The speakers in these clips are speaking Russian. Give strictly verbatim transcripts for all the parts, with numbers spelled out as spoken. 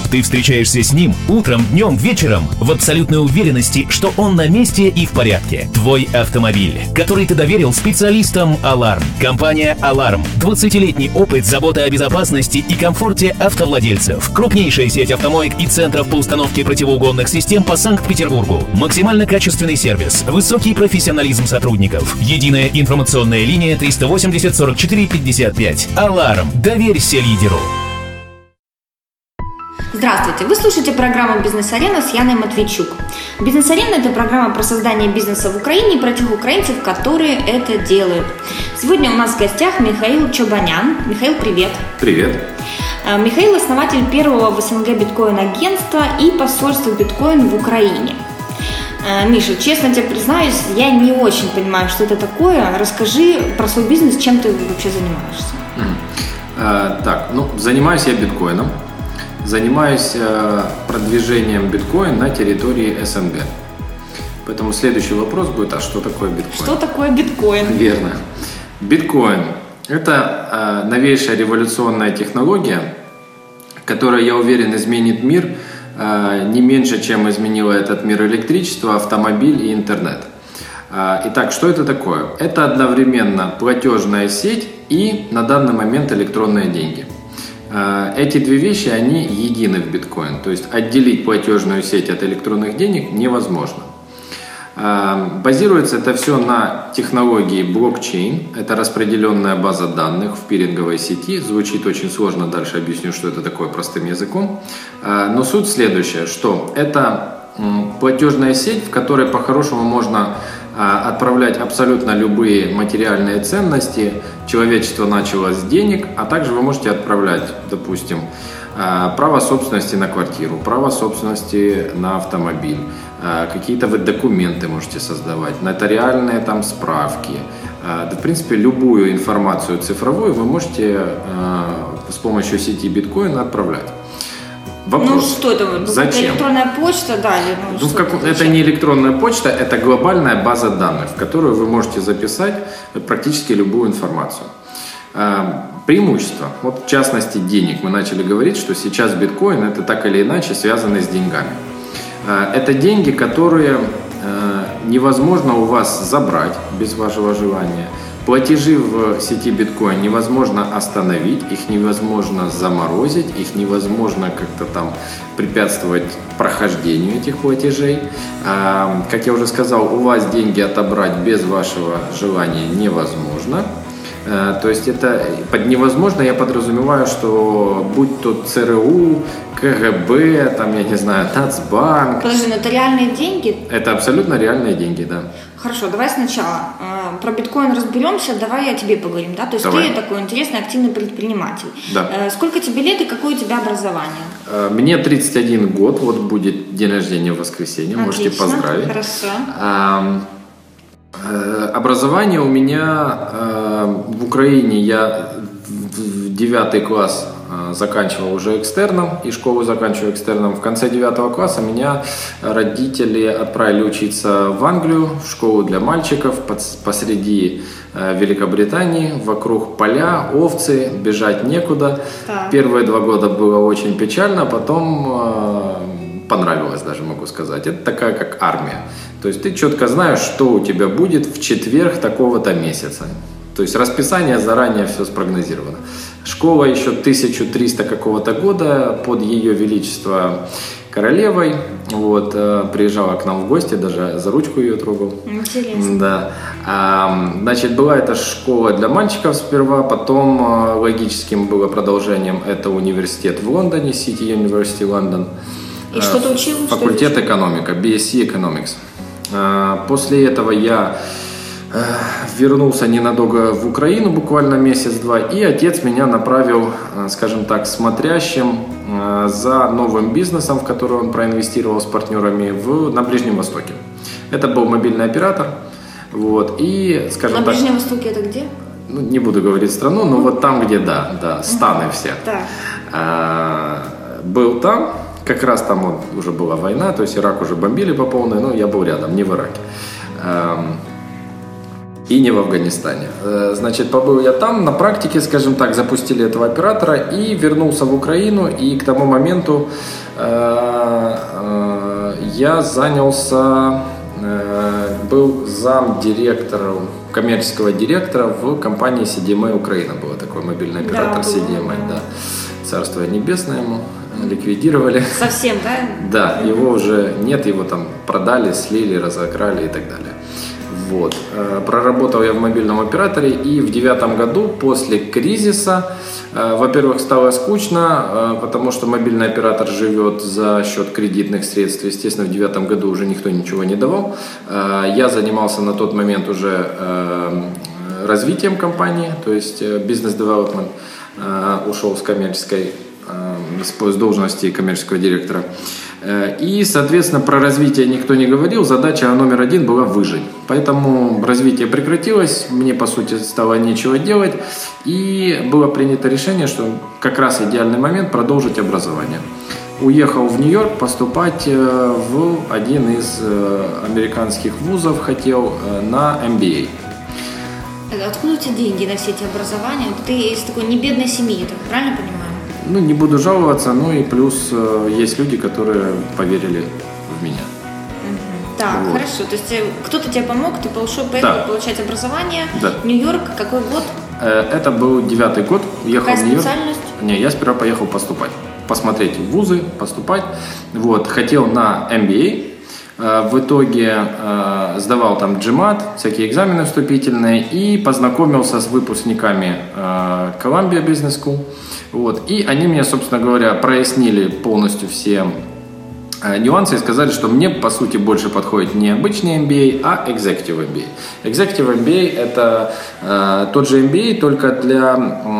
Ты встречаешься с ним утром, днем, вечером в абсолютной уверенности, что он на месте и в порядке. Твой автомобиль, который ты доверил специалистам «Аларм». Компания «Аларм». двадцатилетний опыт, забота о безопасности и комфорте автовладельцев. Крупнейшая сеть автомоек и центров по установке противоугонных систем по Санкт-Петербургу. Максимально качественный сервис, высокий профессионализм сотрудников. Единая информационная линия триста восемьдесят сорок четыре пятьдесят пять. «Аларм». Доверься лидеру. Здравствуйте! Вы слушаете программу «Бизнес-арена» с Яной Матвейчук. «Бизнес-арена» – это программа про создание бизнеса в Украине и про тех украинцев, которые это делают. Сегодня у нас в гостях Михаил Чобанян. Михаил, привет! Привет! Михаил – основатель первого в СНГ биткоин-агентства и посольства биткоин в Украине. Миша, честно тебе признаюсь, я не очень понимаю, что это такое. Расскажи про свой бизнес, чем ты вообще занимаешься. Mm. А, так, ну, занимаюсь я биткоином. Занимаюсь э, продвижением биткоин на территории СНГ. Поэтому следующий вопрос будет, а что такое биткоин? Что такое биткоин? Верно. Биткоин – это э, новейшая революционная технология, которая, я уверен, изменит мир э, не меньше, чем изменило этот мир электричество, автомобиль и интернет. Э, итак, что это такое? Это одновременно платежная сеть и на данный момент электронные деньги. Эти две вещи, они едины в биткоин, то есть отделить платежную сеть от электронных денег невозможно. Базируется это все на технологии блокчейн, это распределенная база данных в пиринговой сети, звучит очень сложно, дальше объясню, что это такое простым языком. Но суть следующая, что это платежная сеть, в которой по-хорошему можно отправлять абсолютно любые материальные ценности. Человечество начало с денег, а также вы можете отправлять, допустим, право собственности на квартиру, право собственности на автомобиль, какие-то вы документы можете создавать, нотариальные там справки. Да, в принципе, любую информацию цифровую вы можете с помощью сети биткоин отправлать. Вопрос. Ну что это? Зачем? Электронная почта, да? Или, ну, ну, как, это, это не электронная почта, это глобальная база данных, в которую вы можете записать практически любую информацию. А, преимущество. Вот в частности денег. Мы начали говорить, что сейчас биткоин это так или иначе связано с деньгами. А, это деньги, которые а, невозможно у вас забрать без вашего желания. Платежи в сети биткоин невозможно остановить, их невозможно заморозить, их невозможно как-то там препятствовать прохождению этих платежей. А, как я уже сказал, у вас деньги отобрать без вашего желания невозможно. А, то есть это под невозможно я подразумеваю, что будь то ЦРУ, КГБ, там, я не знаю, Нацбанк. Подожди, но это реальные деньги? Это абсолютно реальные деньги, да. Хорошо, давай сначала э, про биткоин разберемся, давай о тебе поговорим, да? То есть давай. Ты такой интересный, активный предприниматель. Да. Э, сколько тебе лет и какое у тебя образование? Э, мне тридцать один год, вот будет день рождения в воскресенье, Отлично, можете поздравить. Хорошо. Э, э, образование у меня э, в Украине, я в девятый класс заканчивал уже экстерном, и школу заканчиваю экстерном. В конце девятого класса меня родители отправили учиться в Англию, в школу для мальчиков посреди Великобритании, вокруг поля, овцы, бежать некуда. Да. Первые два года было очень печально, потом понравилось даже, могу сказать. Это такая как армия. То есть ты четко знаешь, что у тебя будет в четверг такого-то месяца. То есть расписание заранее все спрогнозировано. Школа еще тысяча триста какого-то года под ее величество королевой. Вот, приезжала к нам в гости, даже за ручку ее трогал. Интересно. Да. А, значит, была эта школа для мальчиков сперва, потом логическим было продолжением это университет в Лондоне, City University London. И что ты учил? Факультет что экономика, би эс си Economics. А, после этого я вернулся ненадолго в Украину, буквально месяц-два, и отец меня направил, скажем так, смотрящим за новым бизнесом, в который он проинвестировал с партнерами в, на Ближнем Востоке. Это был мобильный оператор. Вот, и, скажем на так, Ближнем Востоке это где? Ну, не буду говорить страну, но вот там, где, да, да, станы все. Да. А, был там, как раз там вот уже была война, то есть Ирак уже бомбили по полной, но я был рядом, не в Ираке. А, И не в Афганистане. Значит, побыл я там, на практике, скажем так, запустили этого оператора и вернулся в Украину. И к тому моменту э, э, я занялся, э, был замдиректора, коммерческого директора в компании си ди эм эй Украина. Был такой мобильный оператор, да, си ди эм эй, да. Царство небесное ему, ликвидировали. Совсем, да? Да, его уже нет, его там продали, слили, разокрали и так далее. Вот. Проработал я в мобильном операторе, и в девятом году после кризиса, во-первых, стало скучно, потому что мобильный оператор живет за счет кредитных средств. Естественно, в девятом году уже никто ничего не давал. Я занимался на тот момент уже развитием компании, то есть бизнес-девелопмент, ушел с коммерческой, с должности коммерческого директора. И, соответственно, про развитие никто не говорил, задача номер один была выжить. Поэтому развитие прекратилось, мне, по сути, стало нечего делать, и было принято решение, что как раз идеальный момент продолжить образование. Уехал в Нью-Йорк поступать в один из американских вузов, хотел на эм би эй. Откуда у тебя деньги на все эти образования? Ты из такой небедной семьи, я так правильно понимаю? Ну, не буду жаловаться, ну и плюс э, есть люди, которые поверили в меня. Угу. Так, вот. Хорошо. То есть кто-то тебе помог, ты пошел, поехал да. получать образование. Да. Нью-Йорк, какой год? Э, это был девятый год. Уехал Какая в Нью-Йорк. специальность? Не, я сперва поехал поступать. Посмотреть вузы, поступать. Вот, хотел на эм би эй. Э, в итоге э, сдавал там джимат, всякие экзамены вступительные и познакомился с выпускниками э, Columbia Business School. Вот. И они мне, собственно говоря, прояснили полностью все э, нюансы и сказали, что мне, по сути, больше подходит не обычный эм би эй, а Executive эм би эй. Executive эм би эй – это э, тот же эм би эй, только для,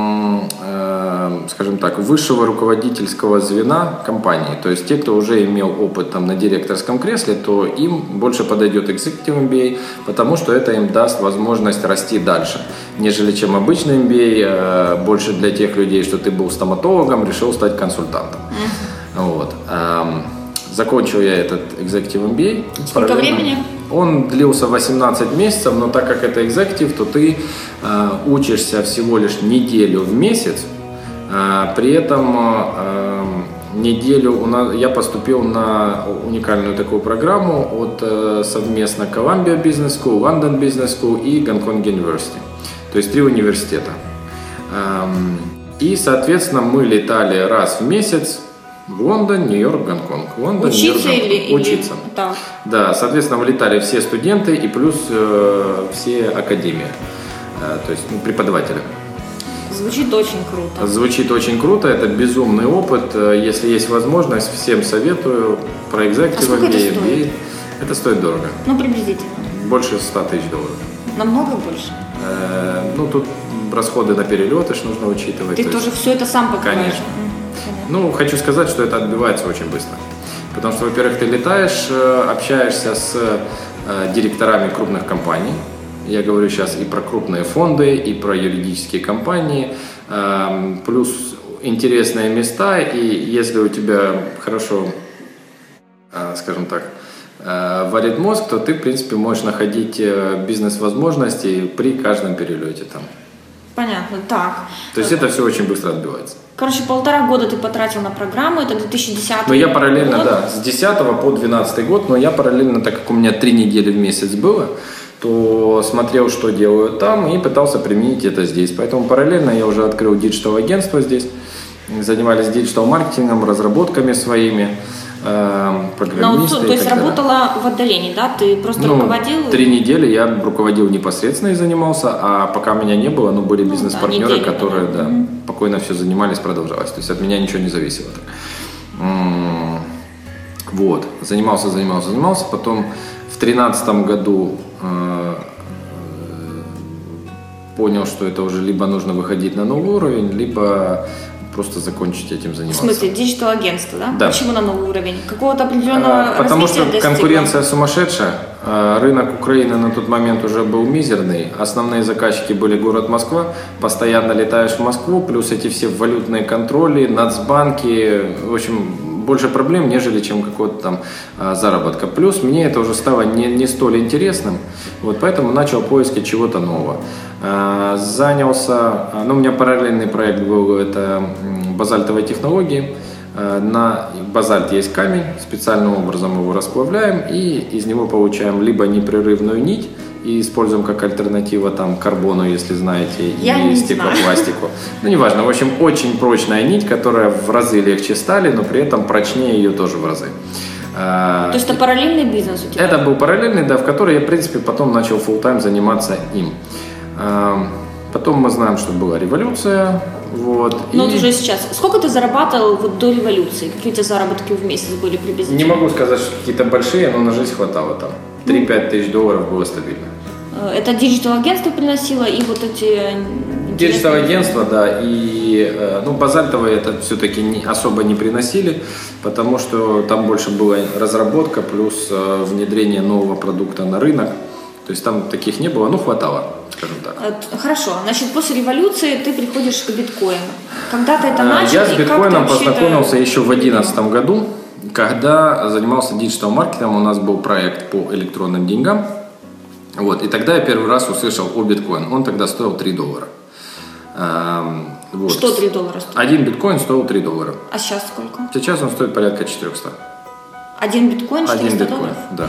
э, скажем так, высшего руководительского звена компании. То есть те, кто уже имел опыт там, на директорском кресле, то им больше подойдет Executive эм би эй, потому что это им даст возможность расти дальше, нежели чем обычный эм би эй, э, больше для тех людей, что ты был стоматологом, решил стать консультантом. Mm-hmm. Вот. Эм, закончил я этот Executive эм би эй. Сколько времени? Он длился восемнадцать месяцев, но так как это Executive, то ты э, учишься всего лишь неделю в месяц. Э, при этом э, неделю у нас, я поступил на уникальную такую программу от э, совместно Columbia Business School, London Business School и Гонконг University. То есть три университета. И, соответственно, мы летали раз в месяц в Лондон, Нью-Йорк, Гонконг. Лондон, Учиться Нью-Йорк, или, Учиться. Или... Да. Да, соответственно, вылетали все студенты и плюс э, все академии, э, то есть ну, преподаватели. Звучит очень круто. Звучит очень круто, это безумный опыт. Если есть возможность, всем советую про Executive эм би эй. А это, это стоит дорого. Ну, приблизительно. Больше ста тысяч долларов. Намного больше? Э, ну, тут расходы на перелеты ж нужно учитывать. Ты то тоже есть... все это сам покупаешь? Конечно. Ну, хочу сказать, что это отбивается очень быстро. Потому что, во-первых, ты летаешь, общаешься с э, директорами крупных компаний. Я говорю сейчас и про крупные фонды, и про юридические компании. Э, плюс интересные места. И если у тебя хорошо, э, скажем так, э, варит мозг, то ты, в принципе, можешь находить бизнес-возможности при каждом перелете там. Понятно, так. То есть это все очень быстро отбивается. Короче, полтора года ты потратил на программу, это две тысячи десятый год. Ну, я параллельно, год. да, с десятого по двенадцатый год, но я параллельно, так как у меня три недели в месяц было, то смотрел, что делают там, и пытался применить это здесь. Поэтому параллельно я уже открыл диджитал-агентство здесь, занимались диджитал-маркетингом, разработками своими, э, программисты. Ну, то есть работала в отдалении, да? Ты просто ну, руководил? Три недели я руководил непосредственно и занимался, а пока меня не было, ну, были ну, бизнес-партнеры, да, неделю, которые, да, mm-hmm. спокойно все занимались, продолжалось. То есть от меня ничего не зависело. М-м- вот, занимался, занимался, занимался. Потом в тринадцатом году э- понял, что это уже либо нужно выходить на новый уровень, либо просто закончить этим заниматься. В смысле, диджитал-агентство, да? Да. Почему на новый уровень? Какого-то определенного а, Потому что достигла? конкуренция сумасшедшая. Рынок Украины на тот момент уже был мизерный. Основные заказчики были город Москва. Постоянно летаешь в Москву, плюс эти все валютные контроли, нацбанки. В общем, больше проблем, нежели чем какого-то там а, заработка. Плюс мне это уже стало не, не столь интересным, вот, поэтому начал поиски чего-то нового. А, занялся, ну, у меня параллельный проект был, это базальтовые технологии. На базальт есть камень, специальным образом его расплавляем и из него получаем либо непрерывную нить и используем как альтернатива там карбону, если знаете, Я и стеклопластику. Ну, неважно, в общем, очень прочная нить, которая в разы легче стали, но при этом прочнее ее тоже в разы. То есть это параллельный бизнес у тебя? Это был параллельный, да, в который я, в принципе, потом начал фулл-тайм заниматься им. Потом мы знаем, что была революция. Вот, Но и... вот уже сейчас. Сколько ты зарабатывал вот до революции? Какие у тебя заработки в месяц были приблизительно? Не могу сказать, что какие-то большие, но на жизнь хватало там. три-пять тысяч долларов было стабильно. Это диджитал-агентство приносило и вот эти... Диджитал-агентство, да, и ну, базальтовые это все-таки не, особо не приносили, потому что там больше была разработка плюс внедрение нового продукта на рынок. То есть там таких не было, ну хватало, скажем так. Хорошо, значит, после революции ты приходишь к биткоину. Когда ты это начал? Я с биткоином познакомился еще в две тысячи одиннадцатом году, когда занимался диджитал-маркетингом, у нас был проект по электронным деньгам. Вот, и тогда я первый раз услышал о биткоине. Он тогда стоил три доллара. Вот. Что три доллара стоит? Один биткоин стоил три доллара. А сейчас сколько? Сейчас он стоит порядка четыреста. Один биткоин четыреста Один биткоин, долларов? Да.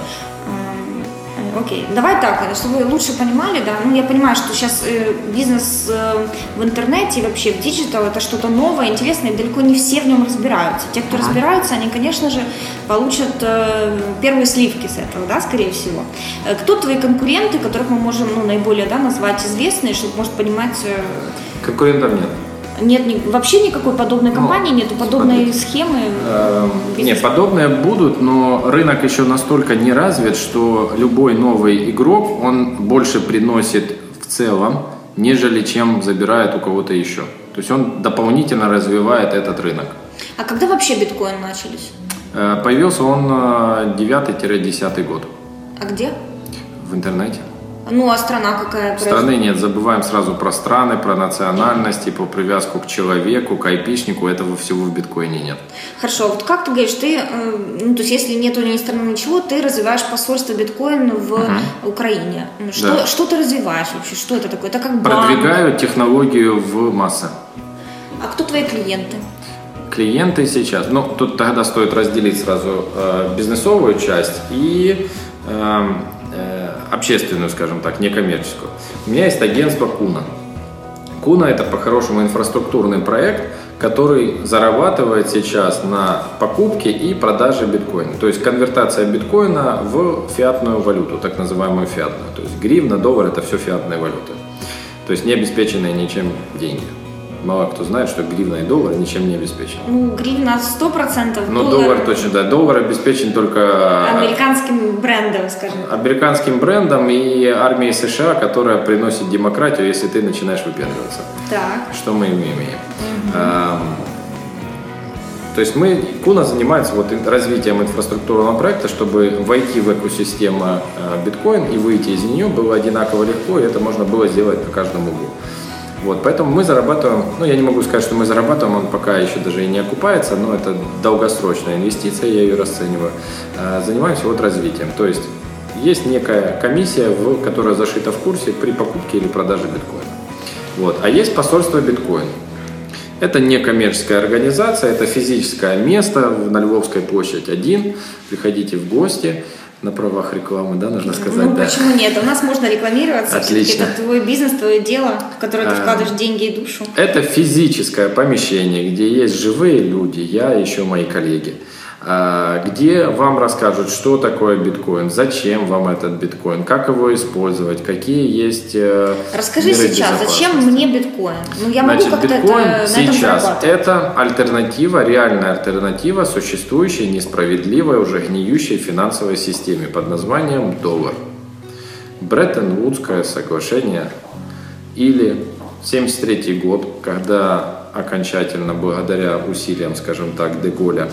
Окей, давай так, чтобы вы лучше понимали, да, ну я понимаю, что сейчас э, бизнес э, в интернете и вообще в диджитал это что-то новое, интересное, и далеко не все в нем разбираются. Те, кто разбираются, они, конечно же, получат э, первые сливки с этого, да, скорее всего. Э, кто твои конкуренты, которых мы можем, ну, наиболее, да, назвать известные, чтобы, может, понимать... Э, Конкурентов нет. Нет, ни, вообще никакой подобной компании, ну, нету подобной смотрите. схемы? Э, нет, подобные будут, но рынок еще настолько не развит, что любой новый игрок, он больше приносит в целом, нежели чем забирает у кого-то еще. То есть он дополнительно развивает этот рынок. А когда вообще биткоин начались? Э, появился он девятый-десятый год. А где? В интернете. Ну, а страна какая? Страны нет, забываем сразу про страны, про национальности, про привязку к человеку, к айпишнику, этого всего в биткоине нет. Хорошо, вот как ты говоришь, ты, ну, то есть если нету ни страны, ничего, ты развиваешь посольство биткоин в угу. Украине. Что, да. что ты развиваешь вообще? Что это такое? Это как банк? Продвигаю технологию в массы. А кто твои клиенты? Клиенты сейчас, ну, тут тогда стоит разделить сразу э, бизнесовую часть и... Э, общественную, скажем так, некоммерческую. У меня есть агентство Куна. Куна – это по-хорошему инфраструктурный проект, который зарабатывает сейчас на покупке и продаже биткоина. То есть конвертация биткоина в фиатную валюту, так называемую фиатную. То есть гривна, доллар – это все фиатные валюты. То есть не обеспеченные ничем деньги. Мало кто знает, что гривна и доллар ничем не обеспечены. Ну, гривна сто процентов. Ну, доллар... доллар точно, да. Доллар обеспечен только... Американским брендом, скажем так. Американским брендом и армией США, которая приносит демократию, если ты начинаешь выпендриваться. Так. Что мы имеем? Угу. А, то есть мы, Куна занимается вот развитием инфраструктурного проекта, чтобы войти в экосистему биткоин и выйти из нее было одинаково легко, и это можно было сделать на каждом углу. Вот, поэтому мы зарабатываем, ну я не могу сказать, что мы зарабатываем, он пока еще даже и не окупается, но это долгосрочная инвестиция, я ее расцениваю. Занимаемся вот развитием, то есть есть некая комиссия, в, которая зашита в курсе при покупке или продаже биткоина. Вот. А есть посольство биткоин. Это некоммерческая организация, это физическое место на Львовской площади один, приходите в гости. На правах рекламы, да, нужно сказать? Ну, да. почему нет? У нас можно рекламироваться. Отлично. Это твой бизнес, твое дело, в которое ты вкладываешь деньги и душу. Это физическое помещение, где есть живые люди, я и еще мои коллеги, где вам расскажут, что такое биткоин, зачем вам этот биткоин, как его использовать, какие есть Расскажи сейчас, зачем мне биткоин? Ну, я могу Значит, как-то биткоин это, сейчас это альтернатива, реальная альтернатива существующей, несправедливой, уже гниющей финансовой системе под названием доллар. Бреттон-Вудское соглашение или семьдесят третий год, когда окончательно, благодаря усилиям, скажем так, де Голля,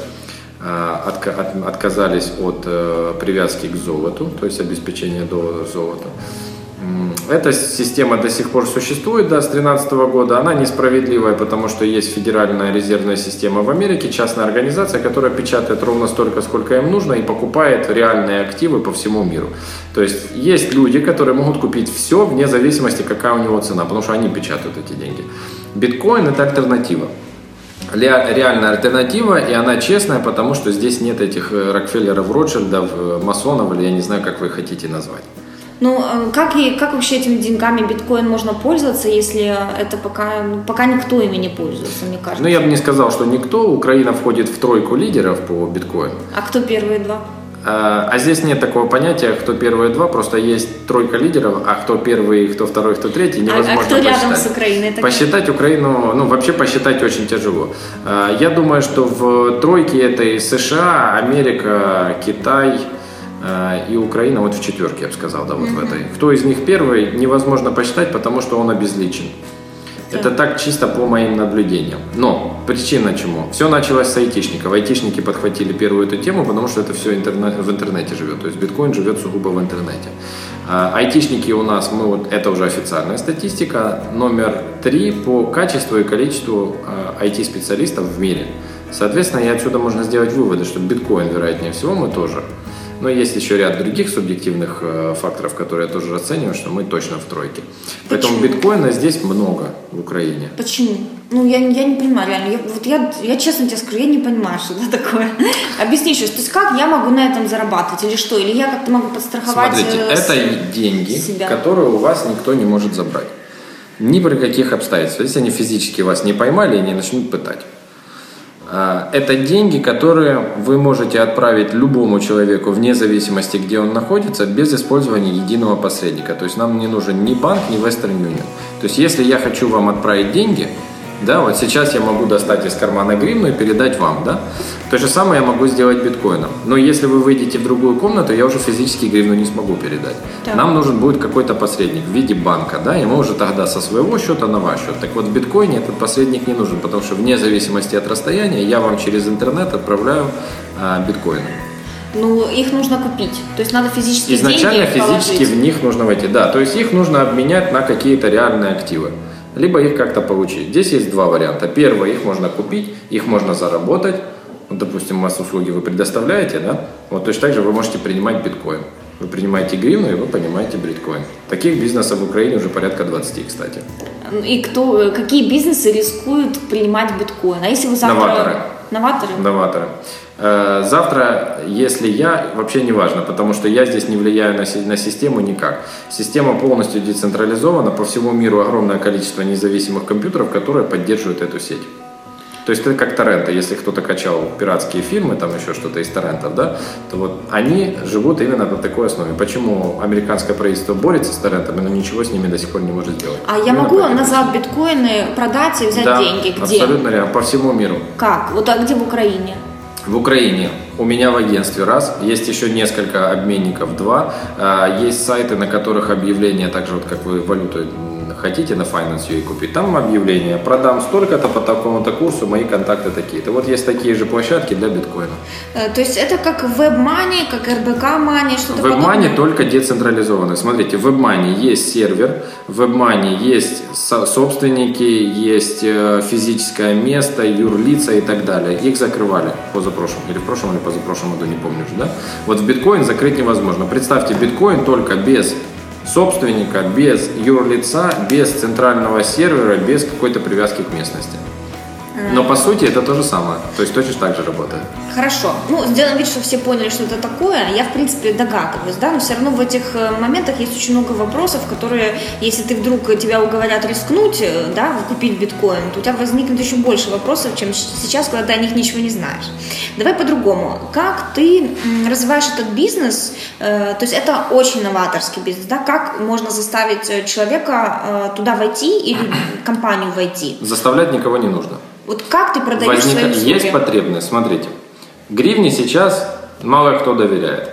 отказались от привязки к золоту, то есть обеспечения доллара золота. Эта система до сих пор существует, да, с две тысячи тринадцатого года. Она несправедливая, потому что есть Федеральная резервная система в Америке, частная организация, которая печатает ровно столько, сколько им нужно, и покупает реальные активы по всему миру. То есть есть люди, которые могут купить все вне зависимости, какая у него цена, потому что они печатают эти деньги. Биткоин – это альтернатива. Реальная альтернатива, и она честная, потому что здесь нет этих Рокфеллеров, Ротшильдов, масонов, или я не знаю, как вы хотите назвать. Ну, как, и, как вообще этими деньгами биткоин можно пользоваться, если это пока, пока никто ими не пользуется, мне кажется? Ну, я бы не сказал, что никто. Украина входит в тройку лидеров по биткоину. А кто первые два? А, а здесь нет такого понятия, кто первые два, просто есть тройка лидеров, а кто первый, кто второй, кто третий, невозможно посчитать. А, а кто рядом посчитать. с Украиной? Так... Посчитать Украину, ну, вообще посчитать очень тяжело. А, я думаю, что в тройке это и США, Америка, Китай и Украина вот в четверке, я бы сказал, да, вот mm-hmm. в этой. Кто из них первый, невозможно посчитать, потому что он обезличен. Yeah. Это так чисто по моим наблюдениям. Но причина чему? Все началось с айтишников. Айтишники подхватили первую эту тему, потому что это все интернет, в интернете живет. То есть биткоин живет сугубо в интернете. А, айтишники у нас, мы вот, это уже официальная статистика, номер три по качеству и количеству а, ай ти-специалистов в мире. Соответственно, и отсюда можно сделать выводы, что биткоин, вероятнее всего, мы тоже. Но есть еще ряд других субъективных э, факторов, которые я тоже расцениваю, что мы точно в тройке. Почему? Поэтому биткоина здесь много в Украине. Почему? Ну, я, я не понимаю, реально. Я, вот я, я честно тебе скажу, я не понимаю, что это такое. Объясни, что, то есть как я могу на этом зарабатывать или что? Или я как-то могу подстраховать Смотрите, с... это деньги, себя. которые у вас никто не может забрать. Ни при каких обстоятельствах. Если они физически вас не поймали и не начнут пытать. Это деньги, которые вы можете отправить любому человеку вне зависимости, где он находится, без использования единого посредника. То есть нам не нужен ни банк, ни Western Union. То есть если я хочу вам отправить деньги, да, вот сейчас я могу достать из кармана гривну и передать вам, да. То же самое я могу сделать биткоином. Но если вы выйдете в другую комнату, я уже физически гривну не смогу передать. Да. Нам нужен будет какой-то посредник в виде банка, да, и мы уже тогда со своего счета на ваш счет. Так вот в биткоине этот посредник не нужен, потому что вне зависимости от расстояния я вам через интернет отправляю а, биткоины. Ну, их нужно купить. То есть надо физически Изначально деньги физически положить. В них нужно войти. Да, то есть их нужно обменять на какие-то реальные активы. Либо их как-то получить. Здесь есть два варианта. Первое, их можно купить, их можно заработать. Вот, допустим, у вас услуги вы предоставляете, да? Вот точно так же вы можете принимать биткоин. Вы принимаете гривну, и вы принимаете биткоин. Таких бизнесов в Украине уже порядка двадцать, кстати. И кто, какие бизнесы рискуют принимать биткоин? А если вы завтра... Новаторы. Новаторы? Новаторы. Завтра, если я, вообще не важно, потому что я здесь не влияю на, на систему никак. Система полностью децентрализована, по всему миру огромное количество независимых компьютеров, которые поддерживают эту сеть. То есть это как торренты, если кто-то качал пиратские фильмы, там еще что-то из торрентов, да, то вот они живут именно на такой основе. Почему американское правительство борется с торрентами, но ничего с ними до сих пор не может сделать? А я могу назад биткоины продать и взять да, деньги? Где? Абсолютно реально, по всему миру. Как? Вот а где в Украине? В Украине у меня в агентстве раз, есть еще несколько обменников два, есть сайты, на которых объявления, так же вот как вы валюту хотите на Finance точка ю а купить, там объявление, продам столько-то по такому-то курсу, мои контакты такие-то. Вот есть такие же площадки для биткоина. То есть это как WebMoney, как эр бэ ка Money, что-то подобное? WebMoney только децентрализованный. Смотрите, в WebMoney есть сервер, в WebMoney есть собственники, есть физическое место, юрлица и так далее. Их закрывали позапрошлом, или в прошлом, или позапрошлом году, не помню уже, да? Вот в биткоин закрыть невозможно. Представьте, биткоин только без собственника, без юрлица, без центрального сервера, без какой-то привязки к местности. Но по сути это то же самое, то есть точно так же работает. Хорошо. Ну, сделаем вид, что все поняли, что это такое. Я, в принципе, догадываюсь, да, но все равно в этих моментах есть очень много вопросов, которые, если ты вдруг тебя уговорят рискнуть, да, купить биткоин, то у тебя возникнет еще больше вопросов, чем сейчас, когда ты о них ничего не знаешь. Давай по-другому. Как ты развиваешь этот бизнес? То есть это очень новаторский бизнес, да? Как можно заставить человека туда войти или компанию войти? Заставлять никого не нужно. Вот как ты продаешь Возник... свои услуги? Есть потребность, смотрите. Гривне сейчас мало кто доверяет.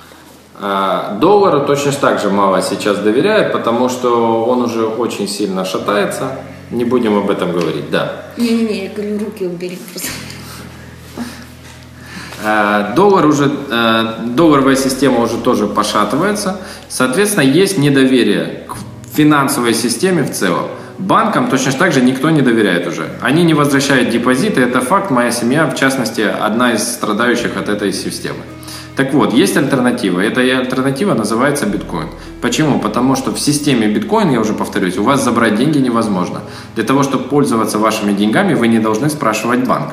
А доллару точно так же мало сейчас доверяет, потому что он уже очень сильно шатается. Не будем об этом говорить, да. Не-не-не, я говорю, руки убери просто. Доллар уже, долларовая система уже тоже пошатывается. Соответственно, есть недоверие к финансовой системе в целом. Банкам точно так же никто не доверяет уже. Они не возвращают депозиты, это факт. Моя семья, в частности, одна из страдающих от этой системы. Так вот, есть альтернатива. Эта альтернатива называется биткоин. Почему? Потому что в системе биткоин, я уже повторюсь, у вас забрать деньги невозможно. Для того, чтобы пользоваться вашими деньгами, вы не должны спрашивать банк.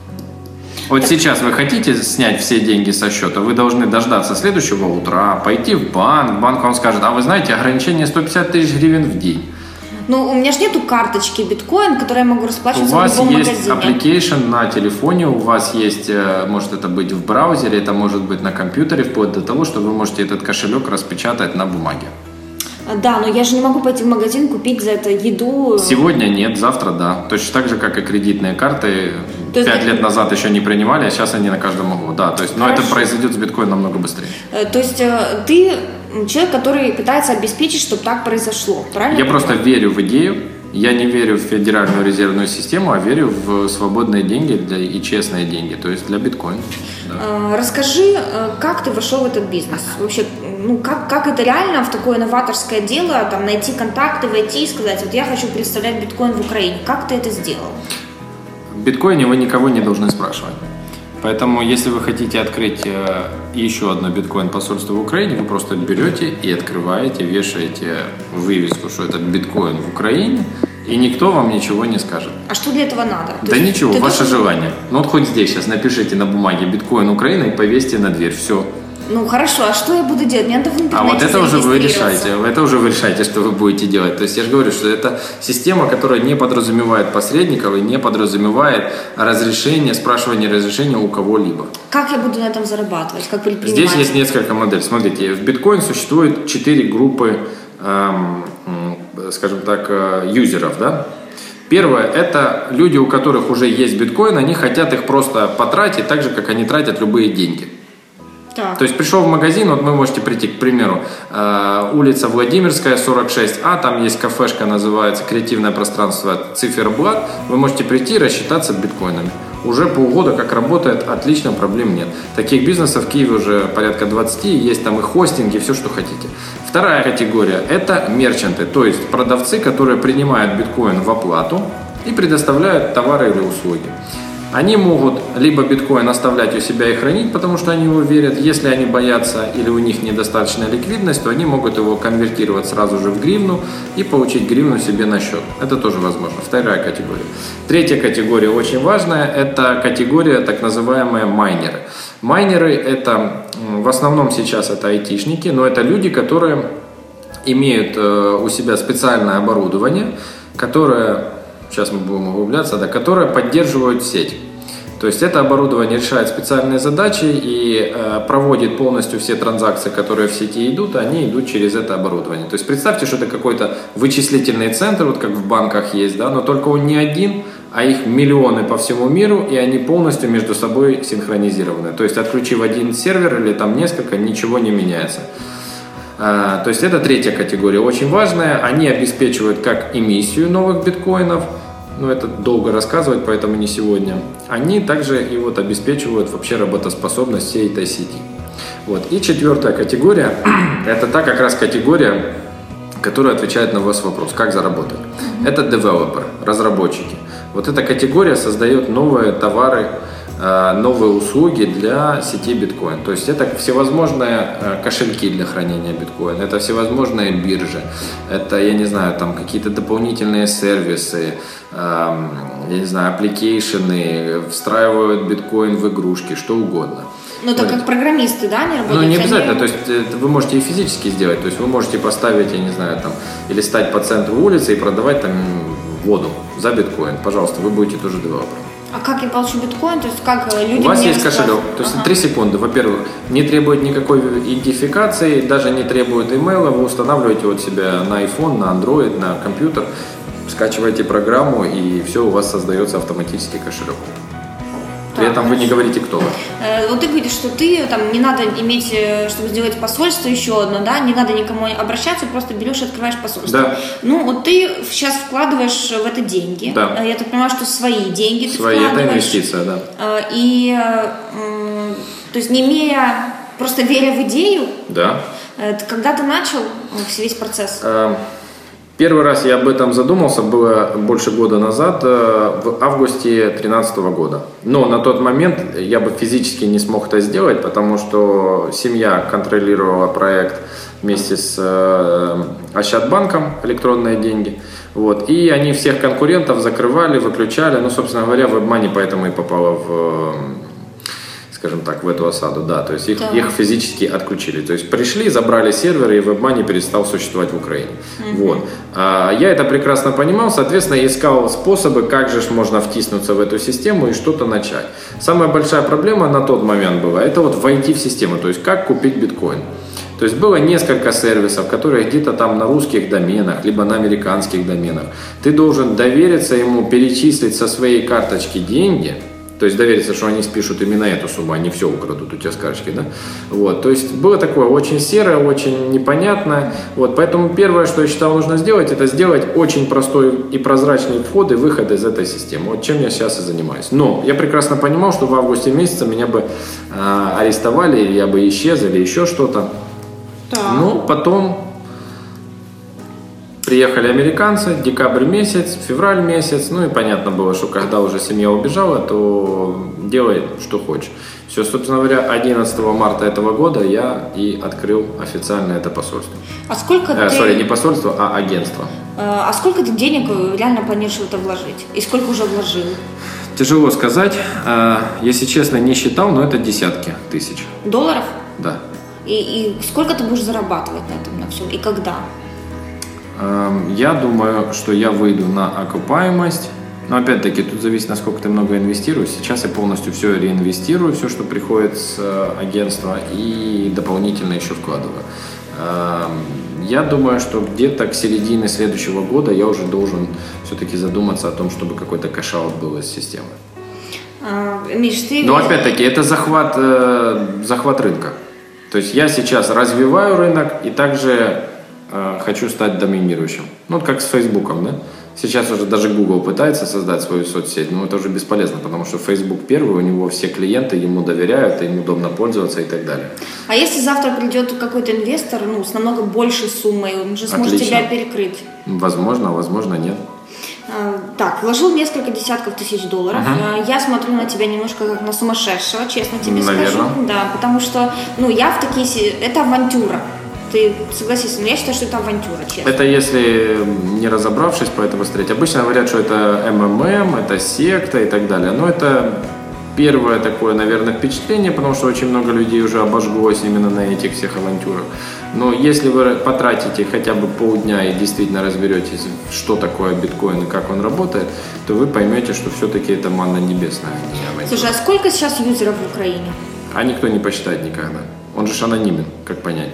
Вот сейчас вы хотите снять все деньги со счета, вы должны дождаться следующего утра, пойти в банк, банк вам скажет, а вы знаете, ограничение сто пятьдесят тысяч гривен в день. Ну, у меня же нету карточки биткоин, которой я могу расплачиваться в любом магазине. У вас есть application на телефоне, у вас есть, может это быть в браузере, это может быть на компьютере, вплоть до того, что вы можете этот кошелек распечатать на бумаге. Да, но я же не могу пойти в магазин, купить за это еду. Сегодня нет, завтра да. Точно так же, как и кредитные карты. То есть... Пять лет назад еще не принимали, а сейчас они на каждом углу. Да, то есть, но это произойдет с биткоином намного быстрее. То есть ты человек, который пытается обеспечить, чтобы так произошло, правильно? Я просто верю в идею. Я не верю в Федеральную резервную систему, а верю в свободные деньги для, и честные деньги, то есть для биткоина. Да. Расскажи, как ты вошел в этот бизнес? Вообще, ну, как, как это реально в такое новаторское дело, там, найти контакты, войти и сказать, вот я хочу представлять биткоин в Украине. Как ты это сделал? В биткоине вы никого не должны спрашивать. Поэтому, если вы хотите открыть еще одно биткоин-посольство в Украине, вы просто берете и открываете, вешаете вывеску, что это биткоин в Украине, и никто вам ничего не скажет. А что для этого надо? Да То ничего, ваше должен... желание. Ну вот хоть здесь сейчас напишите на бумаге биткоин Украина и повесьте на дверь, все. Ну хорошо, а что я буду делать? Мне надо в интернете А вот это уже вы решаете, это уже вы решаете, что вы будете делать. То есть я же говорю, что это система, которая не подразумевает посредников и не подразумевает разрешение, спрашивание разрешения у кого-либо. Как я буду на этом зарабатывать, как предприниматель? Здесь есть несколько моделей. Смотрите, в биткоин существует четыре группы, эм, скажем так, юзеров, да? Первое – это люди, у которых уже есть биткоин, они хотят их просто потратить так же, как они тратят любые деньги. Так. То есть пришел в магазин, вот вы можете прийти, к примеру, э, улица Владимирская, сорок шесть А, там есть кафешка, называется «Креативное пространство Циферблат». Вы можете прийти и рассчитаться биткоинами. Уже полгода как работает, отлично, проблем нет. Таких бизнесов в Киеве уже порядка двадцать, есть там и хостинги, все, что хотите. Вторая категория – это мерчанты, то есть продавцы, которые принимают биткоин в оплату и предоставляют товары или услуги. Они могут либо биткоин оставлять у себя и хранить, потому что они его верят. Если они боятся или у них недостаточная ликвидность, то они могут его конвертировать сразу же в гривну и получить гривну себе на счет. Это тоже возможно. Вторая категория. Третья категория очень важная. Это категория так называемые майнеры. Майнеры это в основном сейчас это айтишники, но это люди, которые имеют у себя специальное оборудование, которое... сейчас мы будем углубляться, да, которые поддерживают сеть. То есть это оборудование решает специальные задачи и э, проводит полностью все транзакции, которые в сети идут, они идут через это оборудование. То есть представьте, что это какой-то вычислительный центр, вот как в банках есть, да, но только он не один, а их миллионы по всему миру, и они полностью между собой синхронизированы. То есть отключив один сервер или там несколько, ничего не меняется. Uh, то есть это третья категория, очень важная. Они обеспечивают как эмиссию новых биткоинов, но это долго рассказывать, поэтому не сегодня. Они также и вот обеспечивают вообще работоспособность всей этой сети. Вот. И четвертая категория, это та как раз категория, которая отвечает на ваш вопрос, как заработать. Это девелопер, разработчики. Вот эта категория создает новые товары, новые услуги для сети биткоин. То есть это всевозможные кошельки для хранения биткоина, это всевозможные биржи, это, я не знаю, там какие-то дополнительные сервисы, я не знаю, аппликейшены, встраивают биткоин в игрушки, что угодно. Ну, так как программисты, да, они работают? Ну, не обязательно, то есть вы можете и физически сделать, то есть вы можете поставить, я не знаю, там, или стать по центру улицы и продавать там воду за биткоин. Пожалуйста, вы будете тоже девелопером. А как я получу биткоин? То есть как люди... У вас есть кошелек, то есть три ага. секунды. Во-первых, не требует никакой идентификации, даже не требует имейла. Вы устанавливаете от себя на iPhone, на Android, на компьютер, скачиваете программу, и все, у вас создается автоматический кошелек. При этом вы не говорите, кто вы. Вот ты говоришь, что ты там не надо иметь, чтобы сделать посольство еще одно, да, не надо никому обращаться, просто берешь и открываешь посольство. Да. Ну, вот ты сейчас вкладываешь в это деньги. Да. Я так понимаю, что свои деньги ты свои, вкладываешь. Это инвестиция, да. И то есть не имея, просто веря в идею? Да. Когда ты начал весь процесс? Первый раз я об этом задумался, было больше года назад, в августе две тысячи тринадцатого года. Но на тот момент я бы физически не смог это сделать, потому что семья контролировала проект вместе с Ощадбанком, электронные деньги. Вот. И они всех конкурентов закрывали, выключали. Ну, собственно говоря, WebMoney поэтому и попала в, скажем так, в эту осаду. Да, то есть их, да. их физически отключили. То есть пришли, забрали серверы, и WebMoney перестал существовать в Украине. Mm-hmm. Вот. А, я это прекрасно понимал, соответственно, искал способы, как же можно втиснуться в эту систему и что-то начать. Самая большая проблема на тот момент была, это вот войти в систему, то есть как купить биткоин. То есть было несколько сервисов, которые где-то там на русских доменах, либо на американских доменах. Ты должен довериться ему, перечислить со своей карточки деньги, то есть довериться, что они спишут именно эту сумму, они все украдут у тебя с карточки, да? Вот, то есть было такое очень серое, очень непонятное. Вот, поэтому первое, что я считал нужно сделать, это сделать очень простой и прозрачный вход и выход из этой системы. Вот чем я сейчас и занимаюсь. Но я прекрасно понимал, что в августе месяце меня бы э, арестовали, или я бы исчез, или еще что-то. Да. Ну, потом приехали американцы, декабрь месяц, февраль месяц, ну и понятно было, что когда уже семья убежала, то делай, что хочешь. Все, собственно говоря, одиннадцатого марта этого года я и открыл официально это посольство. А сколько э, ты... Сори, не посольство, а агентство. А сколько ты денег реально планируешь в это вложить? И сколько уже вложил? Тяжело сказать. Если честно, не считал, но это десятки тысяч. Долларов? Да. И, и сколько ты будешь зарабатывать на этом, на всем? И когда? Я думаю, что я выйду на окупаемость. Но опять-таки тут зависит, насколько ты много инвестируешь. Сейчас я полностью все реинвестирую, все, что приходит с агентства, и дополнительно еще вкладываю. Я думаю, что где-то к середине следующего года я уже должен все-таки задуматься о том, чтобы какой-то кэш-аут был из системы. А, Миш, ты... Но опять-таки это захват, захват рынка. То есть я сейчас развиваю рынок и также э, хочу стать доминирующим. Ну, вот как с Фейсбуком, да? Сейчас уже даже Google пытается создать свою соцсеть, но это уже бесполезно, потому что Facebook первый, у него все клиенты ему доверяют, им удобно пользоваться и так далее. А если завтра придет какой-то инвестор, ну, с намного большей суммой, он же сможет Отлично. тебя перекрыть? Возможно, возможно, нет. Так, вложил несколько десятков тысяч долларов. Uh-huh. Я смотрю на тебя немножко как на сумасшедшего, честно тебе Наверное. скажу. Да, потому что, ну, я в такие... Это авантюра. Ты согласись, но я считаю, что это авантюра, честно. Это если не разобравшись по этому смотреть. Обычно говорят, что это эм эм эм, это секта и так далее. Но это первое такое, наверное, впечатление, потому что очень много людей уже обожглось именно на этих всех авантюрах. Но если вы потратите хотя бы полдня и действительно разберетесь, что такое биткоин и как он работает, то вы поймете, что все-таки это манна небесная, а не авантюра. Слушай, а сколько сейчас юзеров в Украине? А никто не посчитает никогда. Он же анонимен, как понять?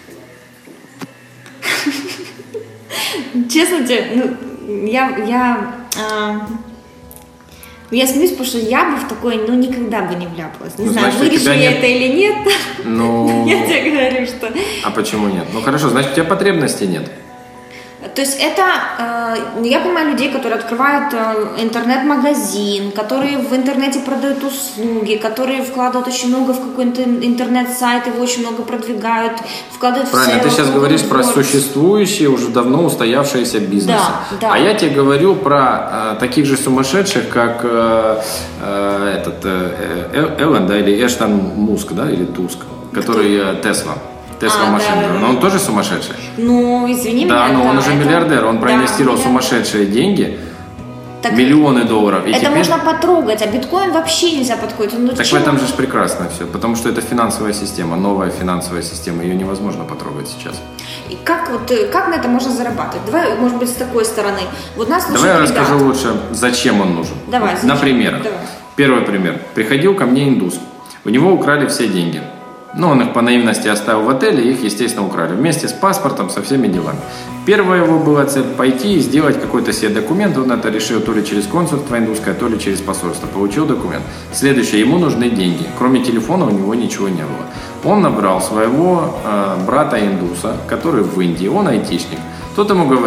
Честно тебе, ну, я, я, а, я смеюсь, потому что я бы в такое, ну, никогда бы не вляпалась. Не ну, знаю, значит, вырежу я нет... это или нет, ну... я тебе говорю, что... А почему нет? Ну, хорошо, значит, у тебя потребностей нет. То есть это, э, я понимаю людей, которые открывают э, интернет-магазин, которые в интернете продают услуги, которые вкладывают очень много в какой-то интернет-сайт, его очень много продвигают, вкладывают Правильно, в ты сейчас говоришь про существующие, уже давно устоявшиеся бизнесы. Да, да. А я тебе говорю про э, таких же сумасшедших, как э, э, этот э, Элон, да, или Эштон Муск, да, или Туск, который Тесла. Тесла а, машина, да, да. но он тоже сумасшедший. Ну, извини да, меня. но да, он уже это... миллиардер, он проинвестировал да, сумасшедшие деньги, так миллионы долларов. И это теперь... можно потрогать, а биткоин вообще нельзя подходить. Ну, так чем... в этом же прекрасно все, потому что это финансовая система, новая финансовая система, ее невозможно потрогать сейчас. И как, вот, как на это можно зарабатывать? Давай, может быть, с такой стороны. Вот нас Давай я ребят. расскажу лучше, зачем он нужен. Давай, вот, на примерах. Давай. Первый пример. Приходил ко мне индус, у него украли все деньги. Ну, он их по наивности оставил в отеле, и их, естественно, украли. Вместе с паспортом, со всеми делами. Первая его была цель – пойти и сделать какой-то себе документ. Он это решил то ли через консульство индусское, то ли через посольство. Получил документ. Следующее – ему нужны деньги. Кроме телефона у него ничего не было. Он набрал своего э, брата-индуса, который в Индии, он айтишник. Тот ему говорит: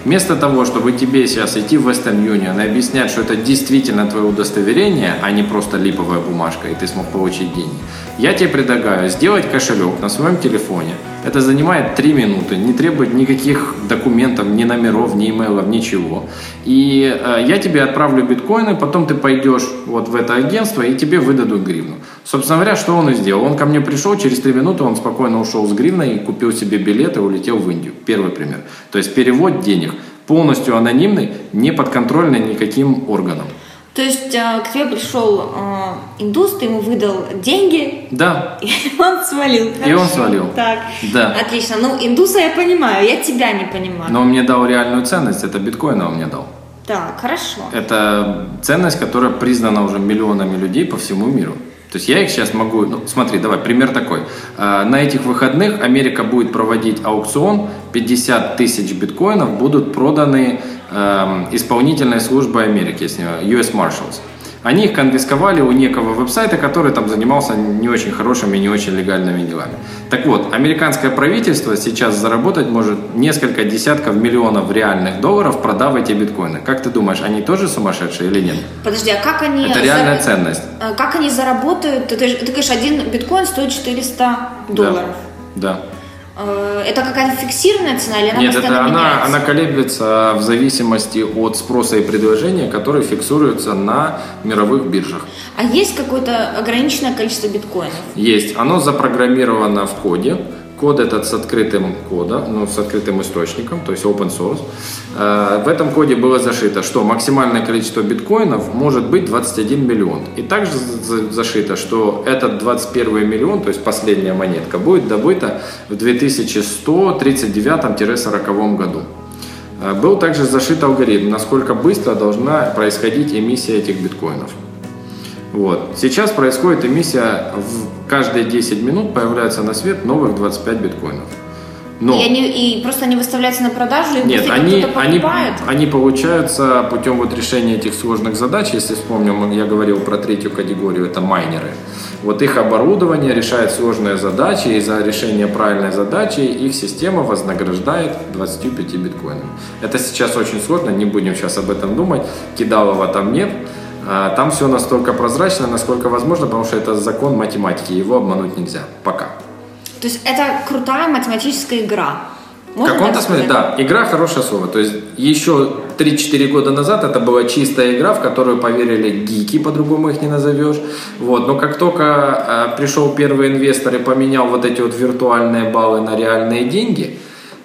Вместо того, чтобы тебе сейчас идти в Western Union и объяснять, что это действительно твое удостоверение, а не просто липовая бумажка, и ты смог получить деньги, я тебе предлагаю сделать кошелек на своем телефоне. Это занимает три минуты, не требует никаких документов, ни номеров, ни имейлов, ничего. И э, я тебе отправлю биткоины, потом ты пойдешь вот в это агентство, и тебе выдадут гривну. Собственно говоря, что он и сделал. Он ко мне пришел, через три минуты он спокойно ушел с гривной и купил себе билет и улетел в Индию. Первый пример. То есть перевод денег полностью анонимный, не подконтрольный никаким органам. То есть к тебе пришел э, индус, ты ему выдал деньги, да. И он свалил. И он свалил. Так, да. Отлично. Ну, индуса я понимаю, я тебя не понимаю. Но он мне дал реальную ценность, это биткоины он мне дал. Так, хорошо. Это ценность, которая признана уже миллионами людей по всему миру. То есть я их сейчас могу... Ну, смотри, давай, пример такой. На этих выходных Америка будет проводить аукцион, пятьдесят тысяч биткоинов будут проданы э, исполнительной службой Америки, ю эс Marshals. Они их конфисковали у некого веб-сайта, который там занимался не очень хорошими и не очень легальными делами. Так вот, американское правительство сейчас заработать может несколько десятков миллионов реальных долларов, продав эти биткоины. Как ты думаешь, они тоже сумасшедшие или нет? Подожди, а как они... Это реальная зар... ценность. Как они заработают? Ты, ты говоришь, один биткоин стоит четыреста долларов. Да. да. Это какая-то фиксированная цена или она Нет, постоянно это меняется? она, она колеблется в зависимости от спроса и предложения, которые фиксируются на мировых биржах. А есть какое-то ограниченное количество биткоинов? Есть. Оно запрограммировано в коде. Код этот с открытым кодом, ну, с открытым источником, то есть open source. В этом коде было зашито, что максимальное количество биткоинов может быть двадцать один миллион. И также зашито, что этот двадцать первый миллион, то есть последняя монетка, будет добыта в две тысячи сто тридцать девятом — сороковом году. Был также зашит алгоритм, насколько быстро должна происходить эмиссия этих биткоинов. Вот. Сейчас происходит эмиссия, в каждые десять минут появляется на свет новых двадцать пять биткоинов. Но... И, они, и просто они выставляются на продажу, и Нет, они, кто-то они, покупает? они получаются путем вот решения этих сложных задач. Если вспомним, я говорил про третью категорию, это майнеры. Вот их оборудование решает сложные задачи, и за решение правильной задачи их система вознаграждает двадцатью пятью биткоинами. Это сейчас очень сложно, не будем сейчас об этом думать, кидалова там нет. Там все настолько прозрачно, насколько возможно, потому что это закон математики, его обмануть нельзя. Пока. То есть это крутая математическая игра. В каком-то смысле, да. Игра — хорошее слово. То есть еще три-четыре года назад это была чистая игра, в которую поверили гики, по-другому их не назовешь. Вот. Но как только э, пришел первый инвестор и поменял вот эти вот виртуальные баллы на реальные деньги,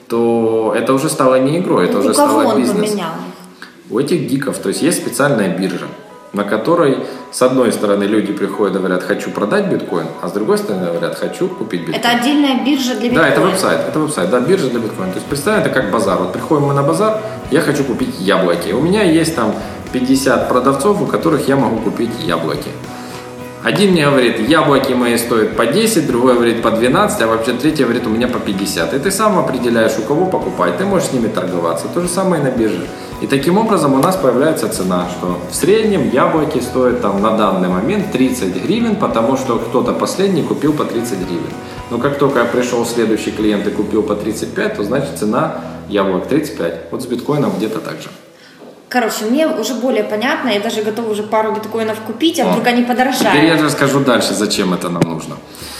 то это уже стало не игрой, это У уже кого стало он бизнесом. поменял? У этих гиков. То есть есть специальная биржа, на которой, с одной стороны, люди приходят и говорят: хочу продать биткоин, а с другой стороны говорят: хочу купить биткоин. Это отдельная биржа для биткоина? Да, это веб-сайт, это веб-сайт, да, биржа для биткоина. То есть представь, это как базар. Вот приходим мы на базар, я хочу купить яблоки. У меня есть там пятьдесят продавцов, у которых я могу купить яблоки. Один мне говорит: яблоки мои стоят по десять, другой говорит по двенадцать, а вообще третий говорит: у меня по пятьдесят. И ты сам определяешь, у кого покупать, ты можешь с ними торговаться. То же самое и на бирже. И таким образом у нас появляется цена, что в среднем яблоки стоят там на данный момент тридцать гривен, потому что кто-то последний купил по тридцать гривен. Но как только пришел следующий клиент и купил по тридцать пять, то значит цена яблок тридцать пять. Вот с биткоином где-то так же. Короче, мне уже более понятно, я даже готова уже пару биткоинов купить, а О, вдруг они подорожают. Теперь я расскажу дальше, зачем это нам нужно.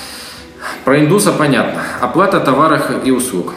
Про индуса понятно. Оплата товаров и услуг.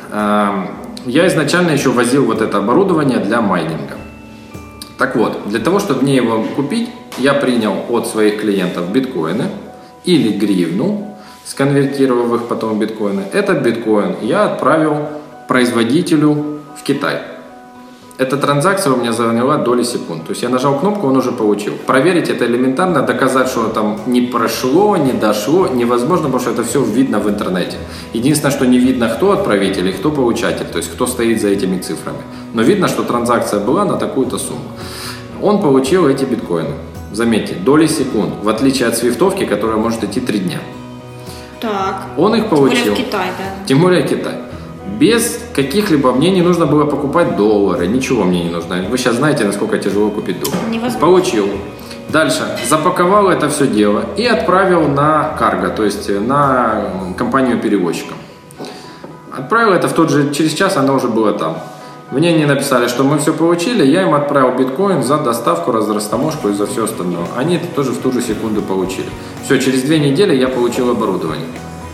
Я изначально еще возил вот это оборудование для майнинга. Так вот, для того, чтобы мне его купить, я принял от своих клиентов биткоины или гривну, сконвертировав их потом в биткоины. Этот биткоин я отправил производителю в Китай. Эта транзакция у меня заняла доли секунд. То есть я нажал кнопку, он уже получил. Проверить это элементарно, доказать, что там не прошло, не дошло, невозможно, потому что это все видно в интернете. Единственное, что не видно, кто отправитель и кто получатель, то есть кто стоит за этими цифрами. Но видно, что транзакция была на такую-то сумму. Он получил эти биткоины. Заметьте, доли секунд, в отличие от свифтовки, которая может идти три дня. Так. Он их получил. Тем более в Китай, да. Тем более Китай. Без каких-либо, мне не нужно было покупать доллары, ничего мне не нужно. Вы сейчас знаете, насколько тяжело купить доллары. Невозможно. Получил. Дальше запаковал это все дело и отправил на карго, то есть на компанию-перевозчика. Отправил это в тот же, через час оно уже было там. Мне не написали, что мы все получили, я им отправил биткоин за доставку, за растаможку и за все остальное. Они это тоже в ту же секунду получили. Все, через две недели я получил оборудование.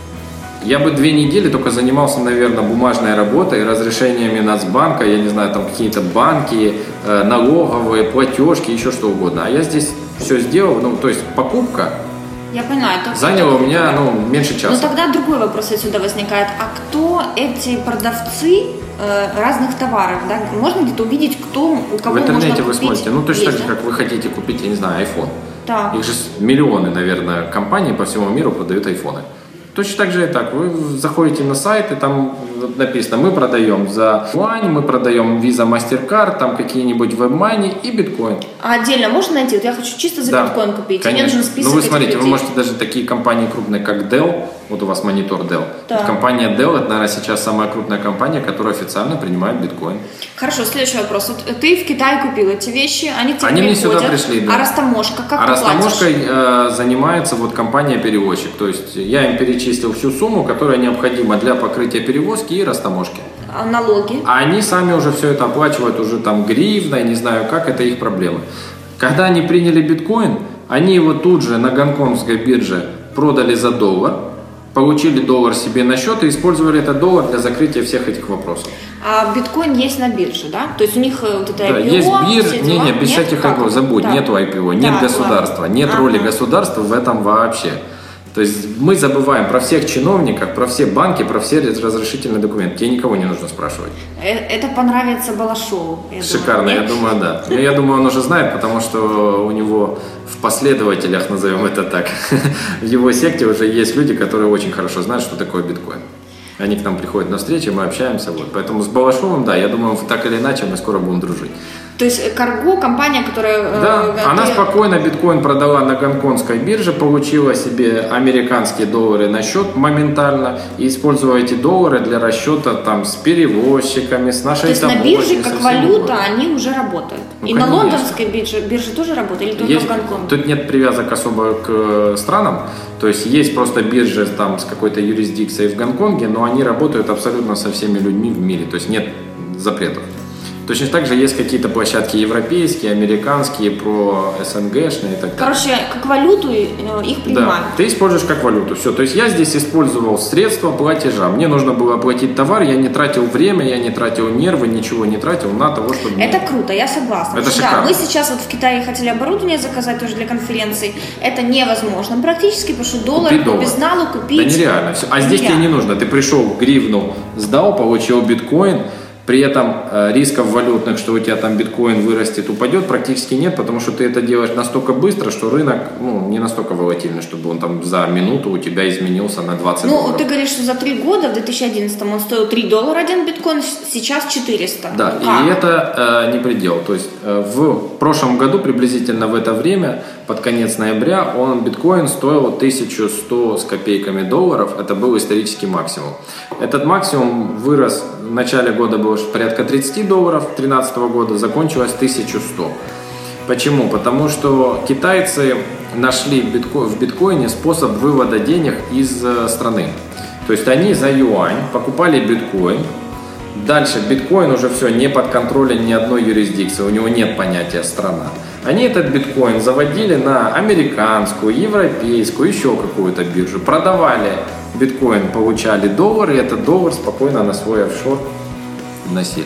Я бы две недели только занимался, наверное, бумажной работой, разрешениями Нацбанка, я не знаю, там какие-то банки, э, налоговые, платежки, еще что угодно. А я здесь все сделал, ну, то есть покупка Я понимаю, это заняло у меня, ну, меньше часа. Но тогда другой вопрос отсюда возникает. А кто эти продавцы э, разных товаров? Да? Можно где-то увидеть, кто, у кого В интернете можно вы купить? смотрите, ну, точно Есть, так же, да? как вы хотите купить, я не знаю, iPhone. Так. Их же миллионы, наверное, компаний по всему миру продают айфоны. Точно так же и так. Вы заходите на сайт, и там написано, мы продаем за юань, мы продаем Visa, MasterCard, там какие-нибудь WebMoney и биткоин. А отдельно можно найти? Вот я хочу чисто за Да, биткоин купить. конечно. Мне нужен список Ну вы этих смотрите, людей. вы можете даже такие компании крупные, как Dell, вот у вас монитор Dell. Да. Вот компания Dell, это, наверное, сейчас самая крупная компания, которая официально принимает биткоин. Хорошо, следующий вопрос. Вот ты в Китае купил эти вещи, они тебе Они мне приходят. сюда пришли, да. А растаможка, как А ты растаможкой платишь? э, занимается вот компания-перевозчик. То есть я им перечислил всю сумму, которая необходима для покрытия перевозки и растаможки. А налоги? А они сами уже все это оплачивают уже там гривной, не знаю как, это их проблема. Когда они приняли биткоин, они его тут же на гонконгской бирже продали за доллар, получили доллар себе на счет и использовали этот доллар для закрытия всех этих вопросов. А биткоин есть на бирже, да? То есть у них вот это Да, ай пи о, есть биржа, все не, дела? не, без Нет? всяких Как? ай пи о, забудь, Да. нету ай пи о, нет Да, государства, ладно. нет Ага. роли государства в этом вообще. То есть мы забываем про всех чиновников, про все банки, про все разрешительные документы. Тебе никого не нужно спрашивать. Э, Это понравится Балашову. я Шикарно, думаю, я нет? думаю, да. Но я думаю, он уже знает, потому что у него в последователях, назовем это так, в его секте уже есть люди, которые очень хорошо знают, что такое биткоин. Они к нам приходят на встречи, мы общаемся. Вот. Поэтому с Балашовым, да, я думаю, так или иначе мы скоро будем дружить. То есть Карго, компания, которая... Да, э, она ты- спокойно биткоин продала на гонконгской бирже, получила себе американские доллары на счет моментально и использовала эти доллары для расчета там с перевозчиками, с нашей То есть на таможней, бирже со как всем валюта угодно. они уже работают. Ну, И на конечно. лондонской бирже, бирже тоже работают? Или только Есть, в Гонконге? тут нет привязок особо к э, странам, то есть есть просто биржи там с какой-то юрисдикцией в Гонконге, но они работают абсолютно со всеми людьми в мире, то есть нет запретов. Точно так же есть какие-то площадки европейские, американские, про СНГшные и так далее. Короче, как валюту э, их Да, принимают. ты используешь как валюту. Все. То есть я здесь использовал средства платежа. Мне нужно было оплатить товар, я не тратил время, я не тратил нервы, ничего не тратил на того, чтобы... Это круто, я согласна. Это Да, шикарно. мы сейчас вот в Китае хотели оборудование заказать тоже для конференций. Это невозможно практически, потому что доллар Купить доллар. без налу купить... Да нереально. Всё. А здесь тебе нереально. не нужно. Ты пришел, гривну сдал, получил биткоин. При этом э, рисков валютных, что у тебя там биткоин вырастет, упадет, практически нет, потому что ты это делаешь настолько быстро, что рынок ну, не настолько волатильный, чтобы он там за минуту у тебя изменился на двадцать Ну, долларов. ты говоришь, что за три года, в две тысячи одиннадцатом он стоил три доллара один биткоин, сейчас четыреста. Да, Как? и это э, не предел. То есть э, в прошлом году, приблизительно в это время, под конец ноября, он, биткоин стоил тысячу сто с копейками долларов. Это был исторический максимум. Этот максимум вырос в начале года было порядка тридцать долларов, две тысячи тринадцатого года закончилось тысяча сто. Почему? Потому что китайцы нашли в, битко... в биткоине способ вывода денег из э, страны. То есть они за юань покупали биткоин. Дальше биткоин уже все не под контролем ни одной юрисдикции, у него нет понятия страна. Они этот биткоин заводили на американскую, европейскую, еще какую-то биржу, продавали биткоин, получали доллар, и этот доллар спокойно на свой офшор носили.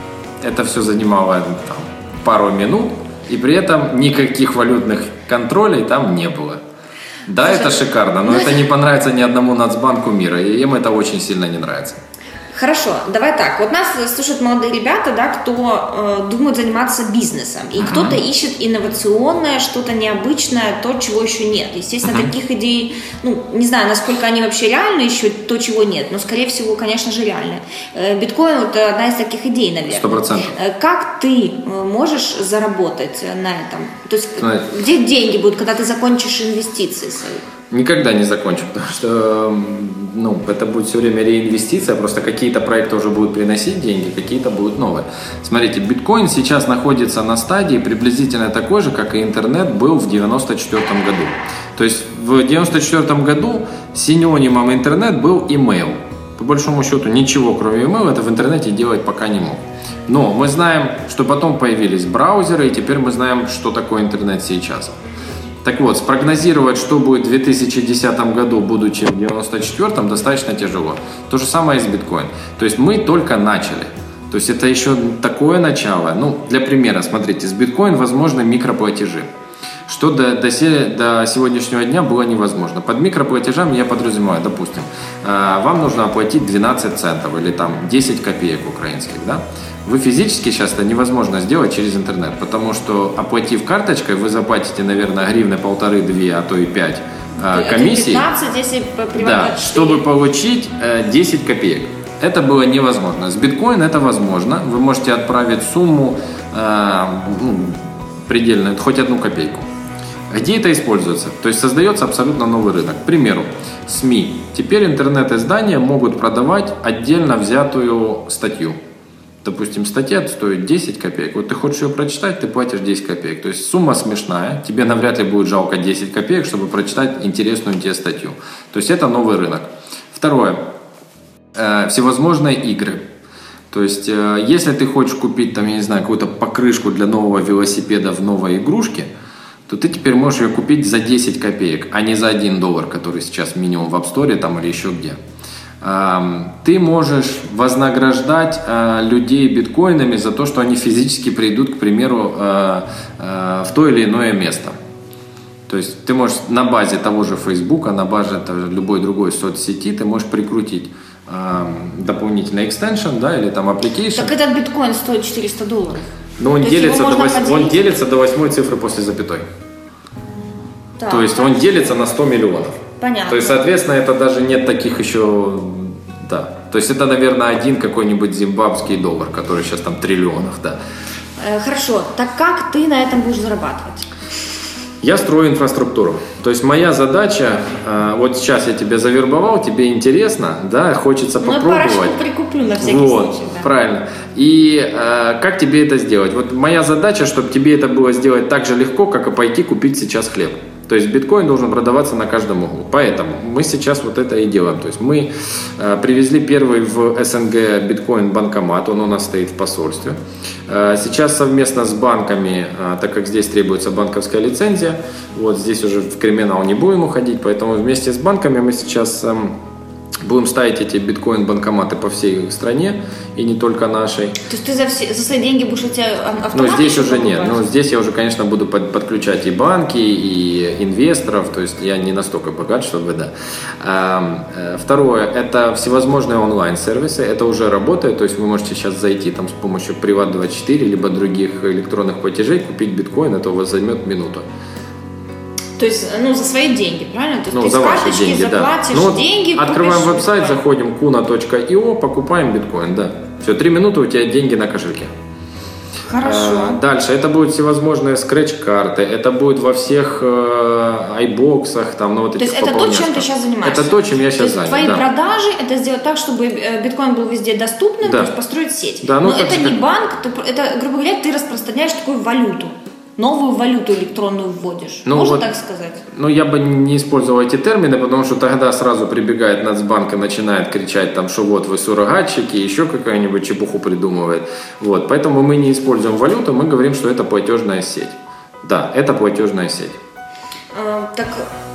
Это все занимало там, пару минут, и при этом никаких валютных контролей там не было. Да, Слушай, это шикарно, но ну это не понравится ни одному Нацбанку мира, и им это очень сильно не нравится. Хорошо, давай так. Вот нас слушают молодые ребята, да, кто э, думают заниматься бизнесом, и uh-huh. кто-то ищет инновационное, что-то необычное, то, чего еще нет. Естественно, uh-huh. таких идей, ну, не знаю, насколько они вообще реальны, еще то, чего нет, но, скорее всего, конечно же, реальны. Э, биткоин – это одна из таких идей, наверное. Сто процентов. Э, как ты можешь заработать на этом? То есть, Знаете, где деньги будут, когда ты закончишь инвестиции свои? Никогда не закончу, потому что ну, это будет все время реинвестиция, просто какие-то проекты уже будут приносить деньги, какие-то будут новые. Смотрите, биткоин сейчас находится на стадии приблизительно такой же, как и интернет был в девяносто четвёртом году. То есть в девяносто четвёртом году синонимом интернет был email. По большому счету ничего, кроме email, это в интернете делать пока не мог. Но мы знаем, что потом появились браузеры, и теперь мы знаем, что такое интернет сейчас. Так вот, спрогнозировать, что будет в две тысячи десятом году, будучи в девяносто четвёртом, достаточно тяжело. То же самое и с биткоин. То есть мы только начали. То есть это еще такое начало. Ну, для примера, смотрите, с биткоин возможны микроплатежи. Что до, до, до сегодняшнего дня было невозможно. Под микроплатежами я подразумеваю, допустим, вам нужно оплатить двенадцать центов или там десять копеек украинских, да? Вы физически сейчас это невозможно сделать через интернет, потому что, оплатив карточкой, вы заплатите, наверное, гривны полторы-две, а то и пять комиссий, пятнадцать, если да, чтобы получить десять копеек. Это было невозможно. С биткоин это возможно. Вы можете отправить сумму э, ну, предельную, хоть одну копейку. Где это используется? То есть создается абсолютно новый рынок. К примеру, СМИ. Теперь интернет-издания могут продавать отдельно взятую статью. Допустим, статья стоит десять копеек. Вот ты хочешь ее прочитать, ты платишь десять копеек. То есть сумма смешная. Тебе навряд ли будет жалко десять копеек, чтобы прочитать интересную тебе статью. То есть это новый рынок. Второе. Всевозможные игры. То есть, если ты хочешь купить, там, я не знаю, какую-то покрышку для нового велосипеда в новой игрушке, то ты теперь можешь ее купить за десять копеек, а не за один доллар, который сейчас минимум в App Store там, или еще где. Ты можешь вознаграждать людей биткоинами за то, что они физически придут, к примеру, в то или иное место. То есть ты можешь на базе того же Фейсбука, на базе любой другой соцсети, ты можешь прикрутить дополнительный экстеншн, да, или там application. Так этот биткоин стоит четыреста долларов. Но он делится, до восьми, он делится до восьмой цифры после запятой. Так, То есть он делится на сто миллионов. Понятно. То есть, соответственно, это даже нет таких еще, да. То есть это, наверное, один какой-нибудь зимбабвский доллар, который сейчас там в триллионах, да. Э, хорошо, так как ты на этом будешь зарабатывать? Я строю инфраструктуру. То есть моя задача, э, вот сейчас я тебя завербовал, тебе интересно, да, хочется ну, попробовать. Ну, порошок прикуплю на всякий вот, случай. Да. Правильно. И э, как тебе это сделать? Вот моя задача, чтобы тебе это было сделать так же легко, как и пойти купить сейчас хлеб. То есть биткоин должен продаваться на каждом углу. Поэтому мы сейчас вот это и делаем. То есть мы э, привезли первый в СНГ биткоин-банкомат, он у нас стоит в посольстве. Э, сейчас совместно с банками, э, так как здесь требуется банковская лицензия, вот здесь уже в криминал не будем уходить, поэтому вместе с банками мы сейчас э, будем ставить эти биткоин-банкоматы по всей стране и не только нашей. То есть ты за, все, за свои деньги будешь эти автоматы? Ну, здесь уже покупать? нет. Ну, здесь я уже, конечно, буду под, подключать и банки, и инвесторов. То есть я не настолько богат, чтобы, да. А, второе, это всевозможные онлайн-сервисы. Это уже работает. То есть вы можете сейчас зайти там с помощью Приват двадцать четыре, либо других электронных платежей, купить биткоин. Это у вас займет минуту. То есть, ну, за свои деньги, правильно? То есть ну, ты за с ваши карточки деньги, заплатишь да. Ну, деньги, открываем купишь веб-сайт, биткоин. заходим куна точка ай о, покупаем биткоин, да. Все, три минуты у тебя деньги на кошельке. Хорошо. А, дальше, это будут всевозможные скретч-карты, это будет во всех э, айбоксах, там, ну, вот то этих есть это то, чем ты сейчас занимаешься? Это то, чем я сейчас то есть занят, твои да. продажи, это сделать так, чтобы биткоин был везде доступным, да. то есть построить сеть. Да, ну, Но это сказать... не банк, это, грубо говоря, ты распространяешь такую валюту. Новую валюту электронную вводишь. Ну, Можно вот, так сказать? Ну, я бы не использовал эти термины, потому что тогда сразу прибегает Нацбанк и начинает кричать, там, что вот вы суррогатчики, еще какую-нибудь чепуху придумывает. Вот, поэтому мы не используем валюту, мы говорим, что это платежная сеть. Да, это платежная сеть. А, так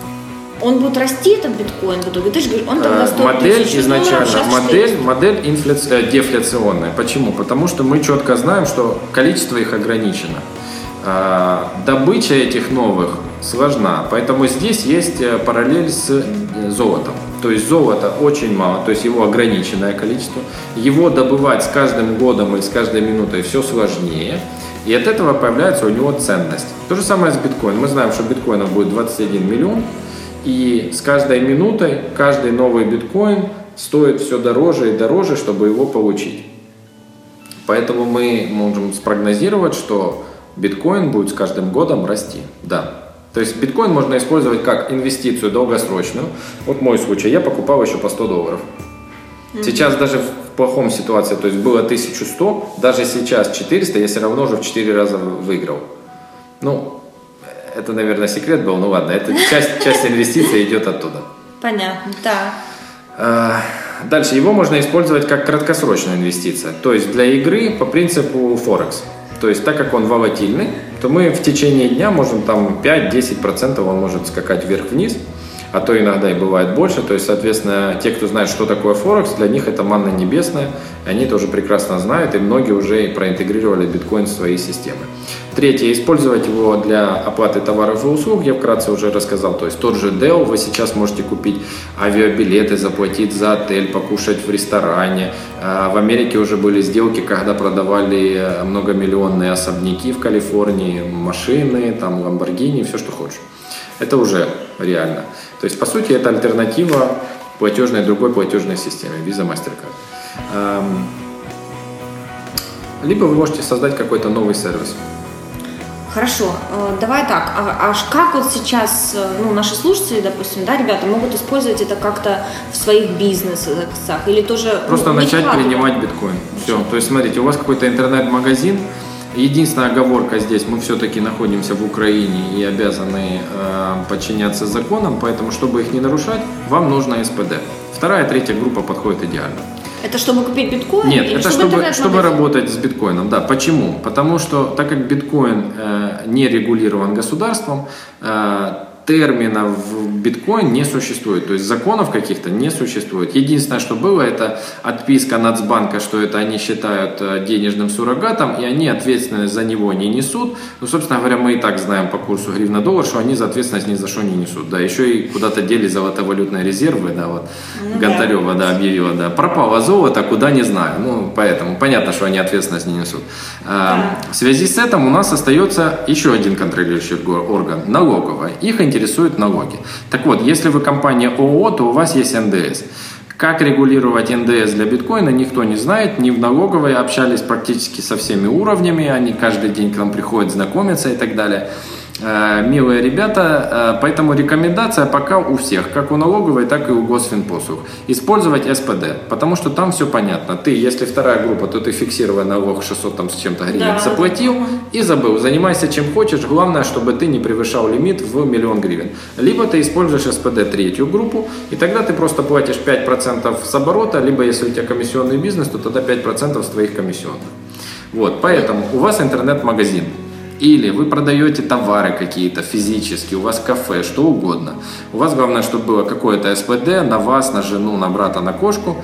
он будет расти, этот биткоин в итоге? Ты же говоришь, он тогда стоит модель изначально, долларов, модель, модель инфляци... э, дефляционная. Почему? Потому что мы четко знаем, что количество их ограничено. Добыча этих новых сложна, поэтому здесь есть параллель с золотом. То есть золота очень мало, то есть его ограниченное количество. Его добывать с каждым годом и с каждой минутой все сложнее. И от этого появляется у него ценность. То же самое с биткоином. Мы знаем, что биткоинов будет двадцать один миллион. И с каждой минутой каждый новый биткоин стоит все дороже и дороже, чтобы его получить. Поэтому мы можем спрогнозировать, что биткоин будет с каждым годом расти, да. То есть биткоин можно использовать как инвестицию долгосрочную. Вот мой случай, я покупал еще по сто долларов. Mm-hmm. Сейчас даже в плохом ситуации, то есть было тысяча сто, даже сейчас четыреста, я все равно уже в четыре раза выиграл. Ну, это, наверное, секрет был, ну ладно, это часть, часть инвестиций идет оттуда. Понятно, да. Дальше его можно использовать как краткосрочная инвестиция, то есть для игры по принципу Форекс. То есть так как он волатильный, то мы в течение дня можем там пять-десять процентов он может скакать вверх-вниз, а то иногда и бывает больше. То есть, соответственно, те, кто знает, что такое Форекс, для них это манна небесная, они тоже прекрасно знают, и многие уже проинтегрировали биткоин в свои системы. Третье, использовать его для оплаты товаров и услуг, я вкратце уже рассказал. То есть тот же ди эл вы сейчас можете купить авиабилеты, заплатить за отель, покушать в ресторане. В Америке уже были сделки, когда продавали многомиллионные особняки в Калифорнии, машины, там Lamborghini, все, что хочешь. Это уже реально. То есть, по сути, это альтернатива платежной, другой платежной системе, Visa, MasterCard. Либо вы можете создать какой-то новый сервис. Хорошо, давай так, а, а как вот сейчас, ну, наши слушатели, допустим, да, ребята, могут использовать это как-то в своих бизнесах или тоже... Просто ну, начать принимать биткоин. Все, то есть, смотрите, у вас какой-то интернет-магазин, единственная оговорка здесь, мы все-таки находимся в Украине и обязаны э, подчиняться законам, поэтому, чтобы их не нарушать, вам нужно эс пэ дэ. Вторая, третья группа подходит идеально. Это чтобы купить биткоин? Нет, или это чтобы, чтобы, чтобы работать с биткоином. Да, почему? Потому что, так как биткоин э, не регулирован государством, э, терминов в биткоин не существует, то есть законов каких-то не существует. Единственное, что было, это отписка Нацбанка, что это они считают денежным суррогатом, и они ответственность за него не несут. Ну, собственно говоря, мы и так знаем по курсу гривна-доллар, что они за ответственность ни за что не несут. Да, еще и куда-то дели золотовалютные резервы, да, вот ну, Гонтарева, да, объявила, да, пропало золото, куда не знаю. Ну, поэтому понятно, что они ответственность не несут. Да. В связи с этим у нас остается еще один контролирующий орган, налоговая. Их интересуют налоги. Так вот, если вы компания ООО, то у вас есть эн дэ эс. Как регулировать эн дэ эс для биткоина, никто не знает. Ни в налоговой общались практически со всеми уровнями. Они каждый день к нам приходят знакомиться и так далее. Милые ребята, поэтому рекомендация пока у всех, как у налоговой, так и у Госфинпослуг, использовать эс пэ дэ, потому что там все понятно. Ты, если вторая группа, то ты фиксированный налог шестьсот там, с чем-то гривен да, заплатил да. и забыл. Занимайся чем хочешь, главное, чтобы ты не превышал лимит в миллион гривен. Либо ты используешь эс пэ дэ третью группу, и тогда ты просто платишь пять процентов с оборота, либо если у тебя комиссионный бизнес, то тогда пять процентов с твоих комиссионных. Вот, поэтому у вас интернет-магазин. Или вы продаете товары какие-то физически, у вас кафе, что угодно. У вас главное, чтобы было какое-то эс пэ дэ на вас, на жену, на брата, на кошку.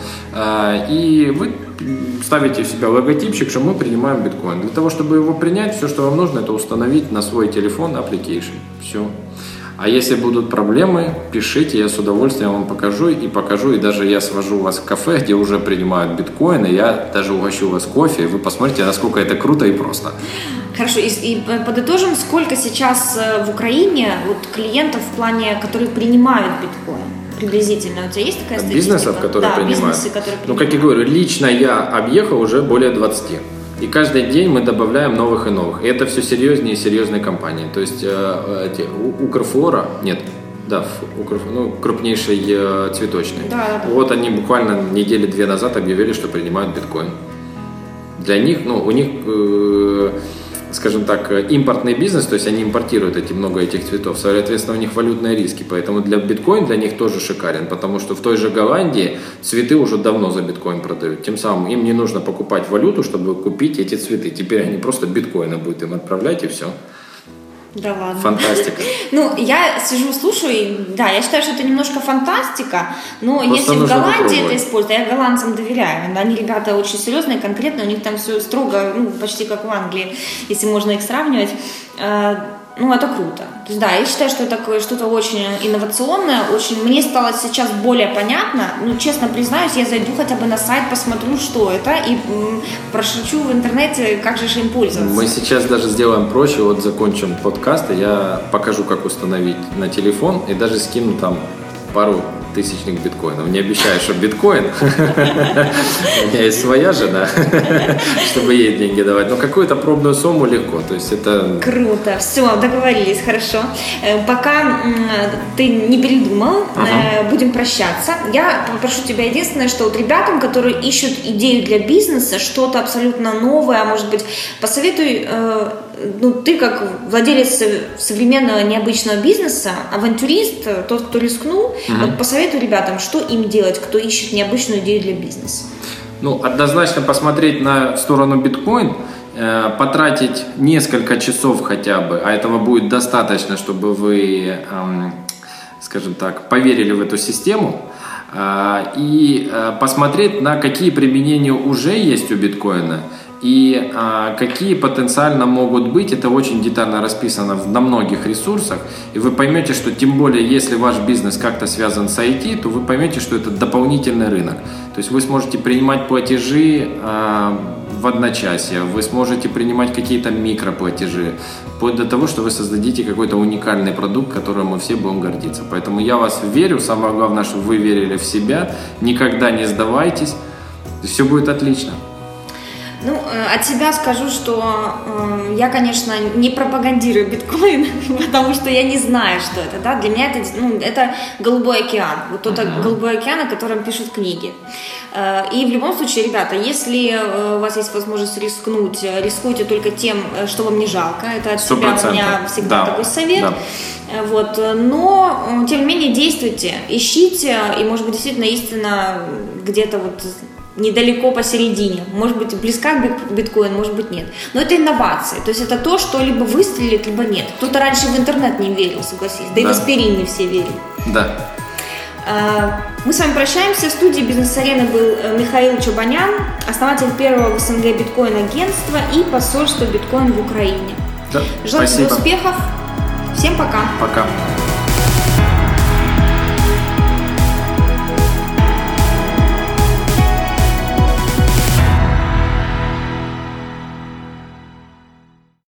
И вы ставите в себя логотипчик, что мы принимаем биткоин. Для того, чтобы его принять, все, что вам нужно, это установить на свой телефон application. Все. А если будут проблемы, пишите, я с удовольствием вам покажу и покажу. И даже я свожу вас в кафе, где уже принимают биткоин, и я даже угощу вас кофе, и вы посмотрите, насколько это круто и просто. Хорошо, и, и подытожим, сколько сейчас в Украине вот, клиентов в плане, которые принимают биткоин? Приблизительно. У тебя есть такая статистика? Бизнесов, которые да, принимают? Бизнесы, которые принимают. Ну, как я говорю, лично я объехал уже более двадцати. И каждый день мы добавляем новых и новых. И это все серьезнее и серьезные компании. То есть э, эти, Укрфлора, нет, да, Укр, ну, крупнейший э, цветочный. Да, да, да. Вот они буквально недели две назад объявили, что принимают биткоин. Для них, ну, у них, э, скажем так, импортный бизнес, то есть они импортируют эти, много этих цветов, соответственно, у них валютные риски, поэтому для биткоин для них тоже шикарен, потому что в той же Голландии цветы уже давно за биткоин продают, тем самым им не нужно покупать валюту, чтобы купить эти цветы, теперь они просто биткоины будут им отправлять и все. Да ладно. Фантастика. Ну, я сижу, слушаю, и, да, я считаю, что это немножко фантастика, но просто если в Голландии это используют, я голландцам доверяю, они ребята очень серьезные, конкретные, у них там все строго, ну, почти как в Англии, если можно их сравнивать. Ну, это круто. То есть, да, я считаю, что это такое что-то очень инновационное, очень... Мне стало сейчас более понятно. Ну, честно признаюсь, я зайду хотя бы на сайт, посмотрю, что это, и м, прошучу в интернете, как же им пользоваться. Мы сейчас даже сделаем проще, вот закончим подкаст, и я покажу, как установить на телефон, и даже скину там пару тысячных биткоинов. Не обещаю, что биткоин. У меня есть своя жена, чтобы ей деньги давать. Но какую-то пробную сумму легко. То есть это... Круто. Все, договорились, хорошо. Пока ты не передумал, uh-huh. будем прощаться. Я попрошу тебя единственное, что вот ребятам, которые ищут идею для бизнеса, что-то абсолютно новое, может быть, посоветуй ну, ты как владелец современного необычного бизнеса, авантюрист, тот, кто рискнул, угу. вот посоветуй ребятам, что им делать, кто ищет необычную идею для бизнеса. Ну, однозначно посмотреть на сторону биткоин, э, потратить несколько часов хотя бы, а этого будет достаточно, чтобы вы, э, скажем так, поверили в эту систему, э, и э, посмотреть, на какие применения уже есть у биткоина и э, какие потенциально могут быть. Это очень детально расписано на многих ресурсах, и вы поймете, что тем более, если ваш бизнес как-то связан с ай ти, то вы поймете, что это дополнительный рынок. То есть вы сможете принимать платежи э, в одночасье, вы сможете принимать какие-то микроплатежи, вплоть до того, что вы создадите какой-то уникальный продукт, которым мы все будем гордиться. Поэтому я вас верю, самое главное, чтобы вы верили в себя, никогда не сдавайтесь, все будет отлично. Ну, от себя скажу, что э, я, конечно, не пропагандирую биткоин, потому что я не знаю, что это, да, для меня это, ну, это голубой океан, вот тот uh-huh. голубой океан, о котором пишут книги. Э, и в любом случае, ребята, если у вас есть возможность рискнуть, рискуйте только тем, что вам не жалко, это от сто процентов. Себя у меня всегда да. такой совет. Да. Вот, но, тем не менее, действуйте, ищите, и, может быть, действительно истина где-то вот недалеко посередине, может быть, близка к биткоину, может быть, нет. Но это инновации, то есть это то, что либо выстрелит, либо нет. Кто-то раньше в интернет не верил, согласись, да, да. и в аспирин не все верили. Да. Мы с вами прощаемся. В студии «Бизнес-арены» был Михаил Чубанян, основатель первого в СНГ биткоин-агентства и посольства биткоин в Украине. Да. Желаю тебе успехов. Всем пока. Пока.